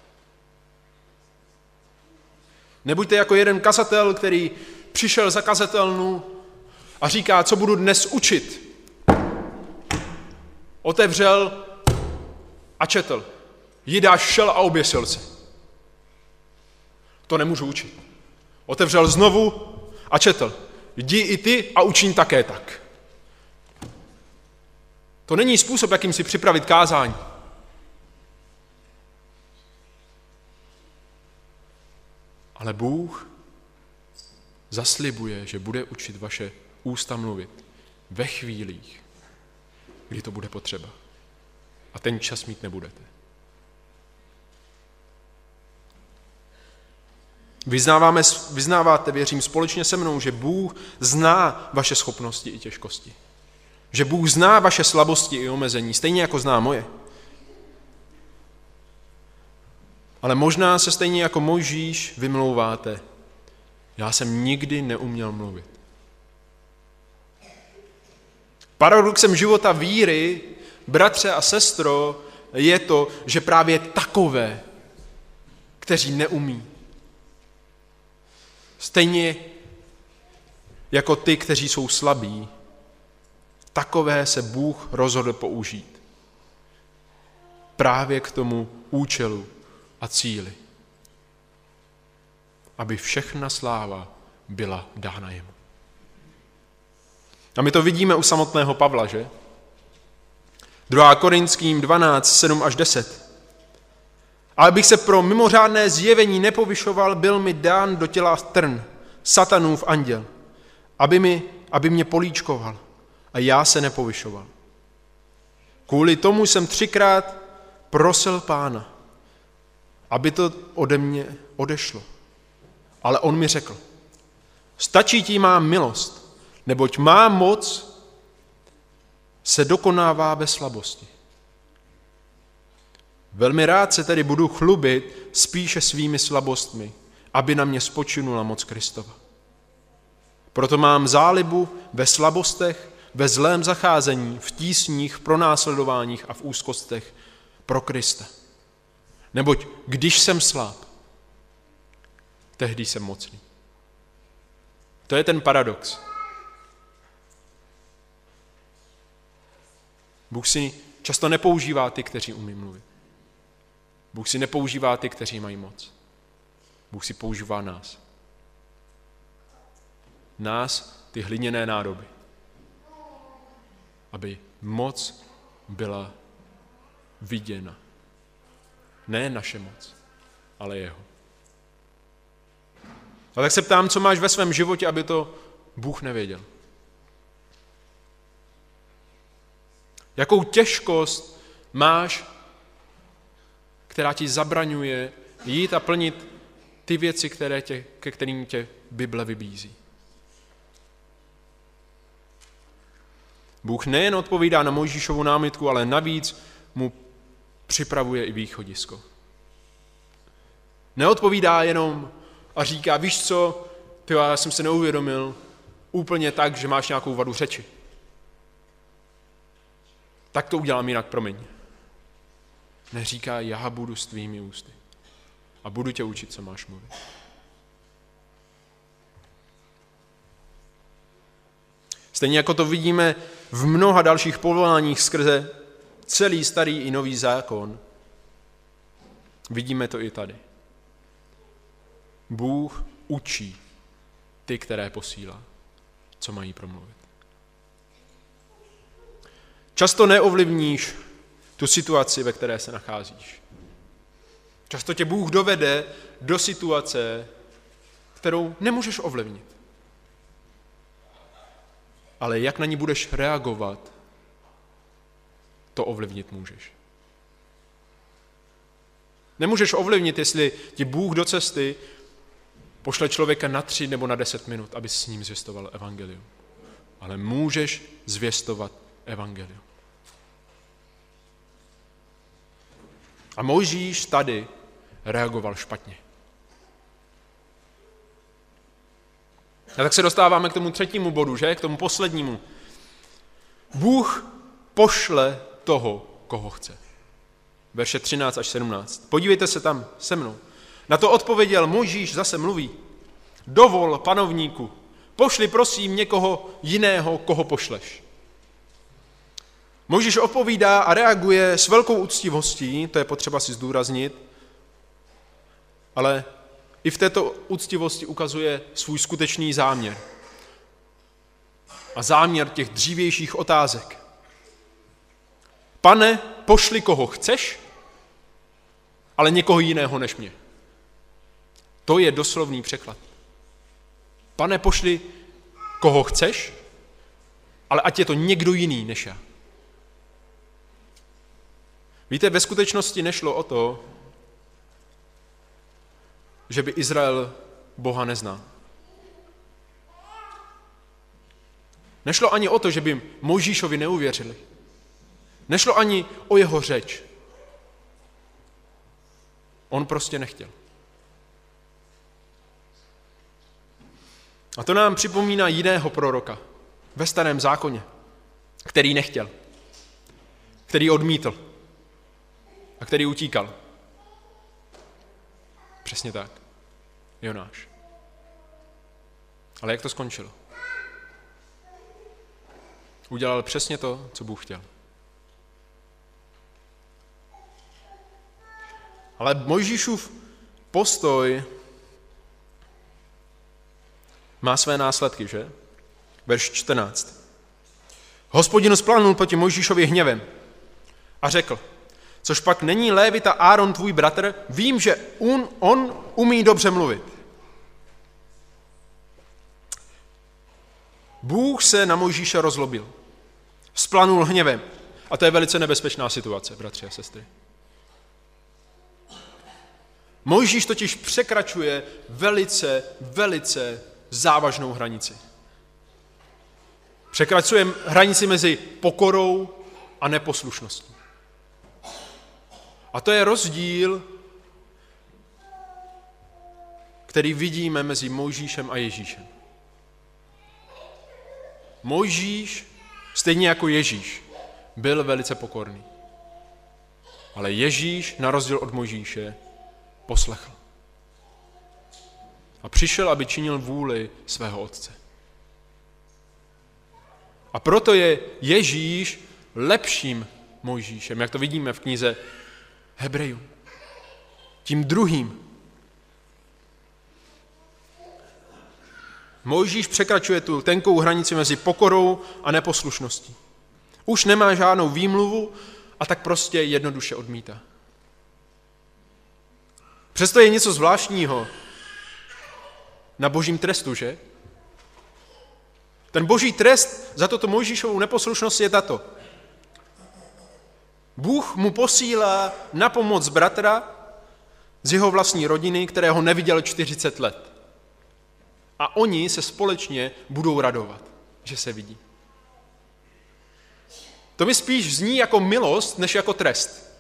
Nebuďte jako jeden kazatel, který přišel za kazatelnu a říká, co budu dnes učit. Otevřel a četl. Jidáš šel a oběsil se. To nemůžu učit. Otevřel znovu a četl. Jdi i ty a učiň také tak. To není způsob, jakým si připravit kázání. Ale Bůh zaslibuje, že bude učit vaše ústa mluvit ve chvílích, kdy to bude potřeba. A ten čas mít nebudete. Vyznáváte, věřím, společně se mnou, že Bůh zná vaše schopnosti i těžkosti. Že Bůh zná vaše slabosti i omezení, stejně jako zná moje. Ale možná se stejně jako Mojžíš vymlouváte. Já jsem nikdy neuměl mluvit. Paradoxem života víry, bratře a sestro, je to, že právě takové, kteří neumí, stejně jako ty, kteří jsou slabí, takové se Bůh rozhodl použít. Právě k tomu účelu a cíli. Aby všechna sláva byla dána jemu. A my to vidíme u samotného Pavla, že? 2. Korinským 12, 7 až 10. A abych se pro mimořádné zjevení nepovyšoval, byl mi dán do těla trn, satanův anděl, aby mě políčkoval. A já se nepovyšoval. Kvůli tomu jsem 3krát prosil Pána, aby to ode mě odešlo. Ale on mi řekl, stačí ti má milost, neboť má moc se dokonává ve slabosti. Velmi rád se tedy budu chlubit spíše svými slabostmi, aby na mě spočinula moc Kristova. Proto mám zálibu ve slabostech, ve zlém zacházení, v tísních, v pronásledováních a v úzkostech pro Krista. Neboť když jsem slab, tehdy jsem mocný. To je ten paradox. Bůh si často nepoužívá ty, kteří umí mluvit. Bůh si nepoužívá ty, kteří mají moc. Bůh si používá nás. Nás, ty hliněné nádoby. Aby moc byla viděna. Ne naše moc, ale jeho. A tak se ptám, co máš ve svém životě, aby to Bůh nevěděl. Jakou těžkost máš, která ti zabraňuje jít a plnit ty věci, ke kterým tě Bible vybízí. Bůh nejen odpovídá na Mojžíšovu námitku, ale navíc mu připravuje i východisko. Neodpovídá jenom a říká, víš co, já jsem se neuvědomil úplně tak, že máš nějakou vadu řeči. Tak to udělám jinak, promiň. Neříká, já budu s tvými ústy a budu tě učit, co máš mluvit. Stejně jako to vidíme v mnoha dalších povoláních skrze celý starý i nový zákon, vidíme to i tady. Bůh učí ty, které posílá, co mají promluvit. Často neovlivníš tu situaci, ve které se nacházíš. Často tě Bůh dovede do situace, kterou nemůžeš ovlivnit. Ale jak na ní budeš reagovat, to ovlivnit můžeš. Nemůžeš ovlivnit, jestli ti Bůh do cesty pošle člověka na 3 nebo na 10 minut, aby s ním zvěstoval evangelium. Ale můžeš zvěstovat evangelium. A Mojžíš tady reagoval špatně. A tak se dostáváme k tomu 3. bodu, že? K tomu poslednímu. Bůh pošle toho, koho chce. Verše 13 až 17. Podívejte se tam se mnou. Na to odpověděl Mojžíš, zase mluví. Dovol, panovníku, pošli prosím někoho jiného, koho pošleš. Mojžíš odpovídá a reaguje s velkou úctivostí, to je potřeba si zdůraznit, ale i v této úctivosti ukazuje svůj skutečný záměr. A záměr těch dřívějších otázek. Pane, pošli koho chceš, ale někoho jiného než mě. To je doslovný překlad. Pane, pošli koho chceš, ale ať je to někdo jiný než já. Víte, ve skutečnosti nešlo o to, že by Izrael Boha neznal. Nešlo ani o to, že by Mojžíšovi neuvěřili. Nešlo ani o jeho řeč. On prostě nechtěl. A to nám připomíná jiného proroka ve Starém zákoně, který nechtěl, který odmítl a který utíkal. Přesně tak. Jonáš. Ale jak to skončilo? Udělal přesně to, co Bůh chtěl. Ale Mojžíšův postoj má své následky, že? Verš 14. Hospodin vzplanul proti Mojžíšově hněvem a řekl, což pak není Lévita Áron tvůj bratr, vím, že on umí dobře mluvit. Bůh se na Mojžíše rozlobil. Vzplanul hněvem. A to je velice nebezpečná situace, bratři a sestry. Mojžíš totiž překračuje velice závažnou hranici. Překračuje hranici mezi pokorou a neposlušností. A to je rozdíl, který vidíme mezi Mojžíšem a Ježíšem. Mojžíš, stejně jako Ježíš, byl velice pokorný. Ale Ježíš, na rozdíl od Mojžíše, poslechl. A přišel, aby činil vůli svého otce. A proto je Ježíš lepším Mojžíšem, jak to vidíme v knize Hebrejům. Tím druhým. Mojžíš překračuje tu tenkou hranici mezi pokorou a neposlušností. Už nemá žádnou výmluvu a tak prostě jednoduše odmítá. Přesto je něco zvláštního na božím trestu, že? Ten boží trest za toto Mojžíšovu neposlušnost je tato. Bůh mu posílá na pomoc bratra z jeho vlastní rodiny, kterého neviděl 40 let. A oni se společně budou radovat, že se vidí. To mi spíš zní jako milost, než jako trest.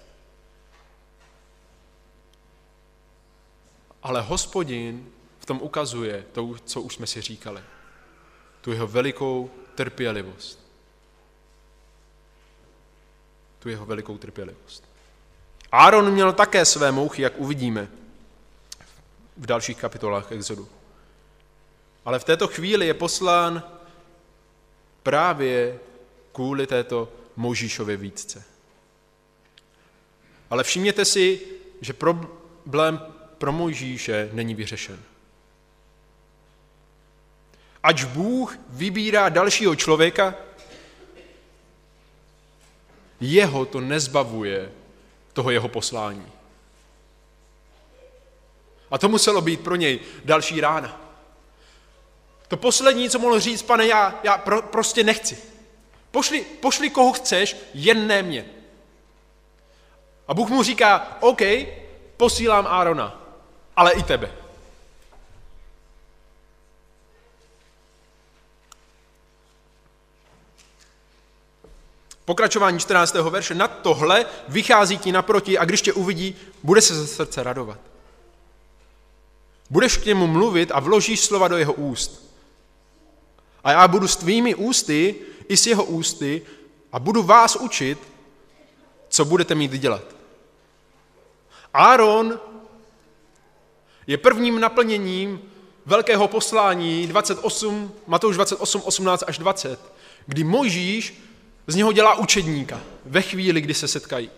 Ale Hospodin v tom ukazuje to, co už jsme si říkali. Tu jeho velikou trpělivost. Áron měl také své mouchy, jak uvidíme v dalších kapitolách Exodu. Ale v této chvíli je poslán právě kvůli této Mojžíšově výtce. Ale všimněte si, že problém pro Mojžíše není vyřešen. Ač Bůh vybírá dalšího člověka, jeho to nezbavuje toho jeho poslání. A to muselo být pro něj další rána. To poslední, co mohl říct, pane, já prostě nechci. Pošli koho chceš, jen ne mě. A Bůh mu říká, OK, posílám Árona, ale i tebe. Pokračování 14. verše. Nad tohle vychází ti naproti a když tě uvidí, bude se ze srdce radovat. Budeš k němu mluvit a vložíš slova do jeho úst. A já budu s tvými ústy i s jeho ústy a budu vás učit, co budete mít dělat. Áron je prvním naplněním velkého poslání 28, Matouš 28, 18 až 20, kdy Mojžíš Z něho dělá učedníka ve chvíli, kdy se setkají.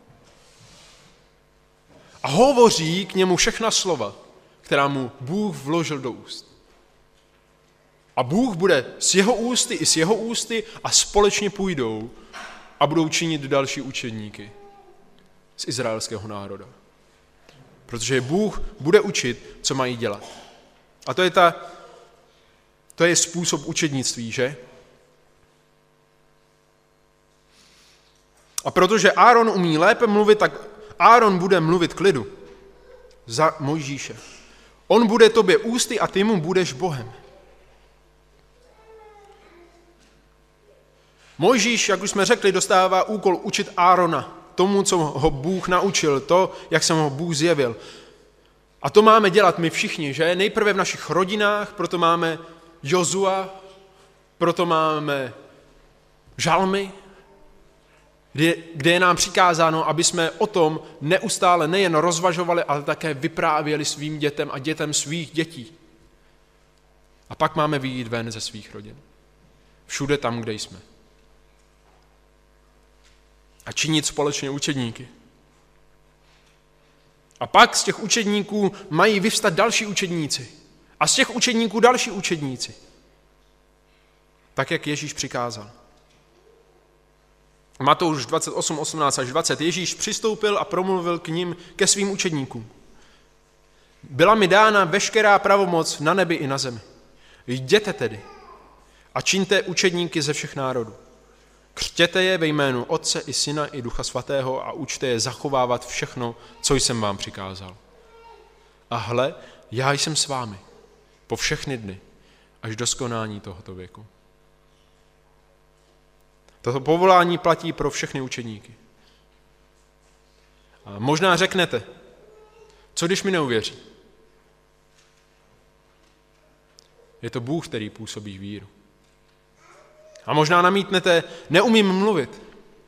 A hovoří k němu všechna slova, která mu Bůh vložil do úst. A Bůh bude s jeho ústy i s jeho ústy a společně půjdou a budou činit další učedníky z izraelského národa. Protože Bůh bude učit, co mají dělat. A to je způsob učednictví, že? A protože Áron umí lépe mluvit, tak Áron bude mluvit k lidu za Mojžíše. On bude tobě ústy a ty mu budeš Bohem. Mojžíš, jak už jsme řekli, dostává úkol učit Árona tomu, co ho Bůh naučil, to, jak se ho Bůh zjevil. A to máme dělat my všichni, že? Nejprve v našich rodinách, proto máme Jozua, proto máme žalmy, kde je nám přikázáno, aby jsme o tom neustále nejen rozvažovali, ale také vyprávěli svým dětem a dětem svých dětí. A pak máme vyjít ven ze svých rodin. Všude tam, kde jsme. A činit společně učedníky. A pak z těch učedníků mají vyvstat další učedníci. A z těch učedníků další učedníci. Tak, jak Ježíš přikázal. Matouš 28, 18 až 20. Ježíš přistoupil a promluvil k nim, ke svým učedníkům. Byla mi dána veškerá pravomoc na nebi i na zemi. Jděte tedy a čiňte učedníky ze všech národů. Křtěte je ve jménu Otce i Syna i Ducha Svatého a učte je zachovávat všechno, co jsem vám přikázal. A hle, já jsem s vámi po všechny dny, až do skonání tohoto věku. Toto povolání platí pro všechny učedníky. A možná řeknete, co když mi neuvěří? Je to Bůh, který působí víru. A možná namítnete, neumím mluvit.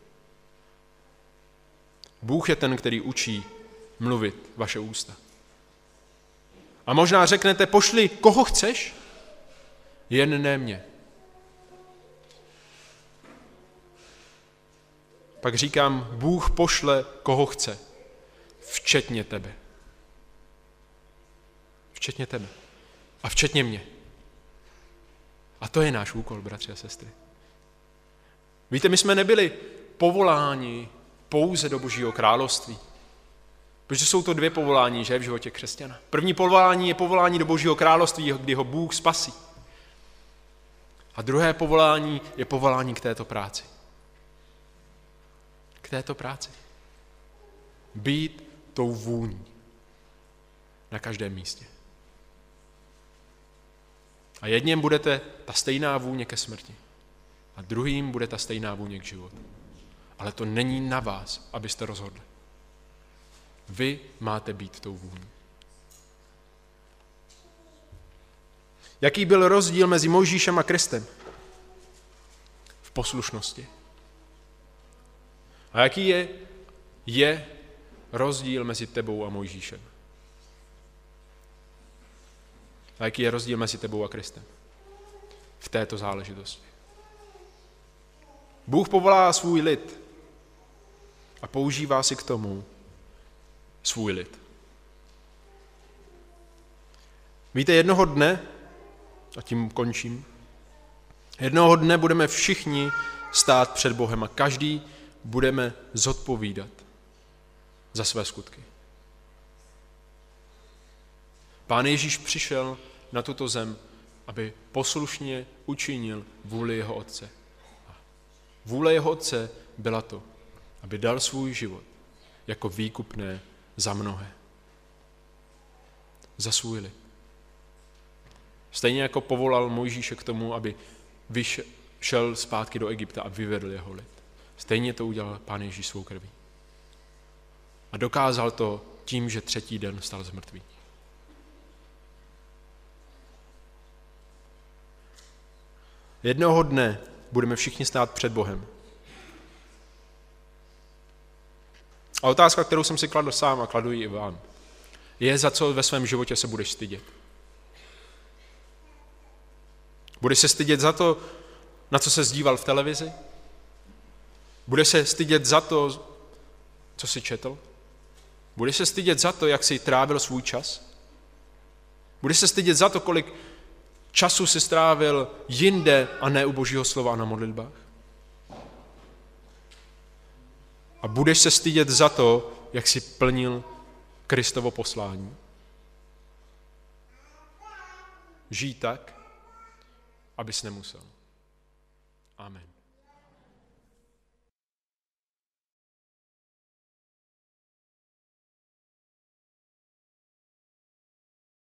Bůh je ten, který učí mluvit vaše ústa. A možná řeknete, pošli, koho chceš, jen ne mě. Pak říkám, Bůh pošle, koho chce, včetně tebe. Včetně tebe. A včetně mě. A to je náš úkol, bratři a sestry. Víte, my jsme nebyli povoláni pouze do Božího království. Protože jsou to dvě povolání, že, v životě křesťana. První povolání je povolání do Božího království, kdy ho Bůh spasí. A druhé povolání je povolání k této práci. K této práci. Být tou vůní na každém místě. A jedním budete ta stejná vůně ke smrti. A druhým bude ta stejná vůně k životu. Ale to není na vás, abyste rozhodli. Vy máte být tou vůní. Jaký byl rozdíl mezi Mojžíšem a Kristem? V poslušnosti. A jaký je rozdíl mezi tebou a Mojžíšem? A jaký je rozdíl mezi tebou a Kristem? V této záležitosti. Bůh povolá svůj lid a používá si k tomu svůj lid. Víte, jednoho dne, a tím končím, jednoho dne budeme všichni stát před Bohem a každý budeme zodpovídat za své skutky. Pán Ježíš přišel na tuto zem, aby poslušně učinil vůli jeho Otce. Vůle jeho Otce byla to, aby dal svůj život jako výkupné za mnohé. Za svůj lid. Stejně jako povolal Mojžíše k tomu, aby šel zpátky do Egypta a vyvedl jeho lid. Stejně to udělal Pán Ježíš svou krví. A dokázal to tím, že třetí den vstal z mrtvých. Jednoho dne budeme všichni stát před Bohem. A otázka, kterou jsem si kladl sám a kladu ji i vám, je, za co ve svém životě se budeš stydět. Budeš se stydět za to, na co se díval v televizi? Budeš se stydět za to, co jsi četl? Budeš se stydět za to, jak jsi trávil svůj čas? Budeš se stydět za to, kolik času jsi strávil jinde a ne u Božího slova a na modlitbách? A budeš se stydět za to, jak jsi plnil Kristovo poslání? Žij tak, abys nemusel. Amen.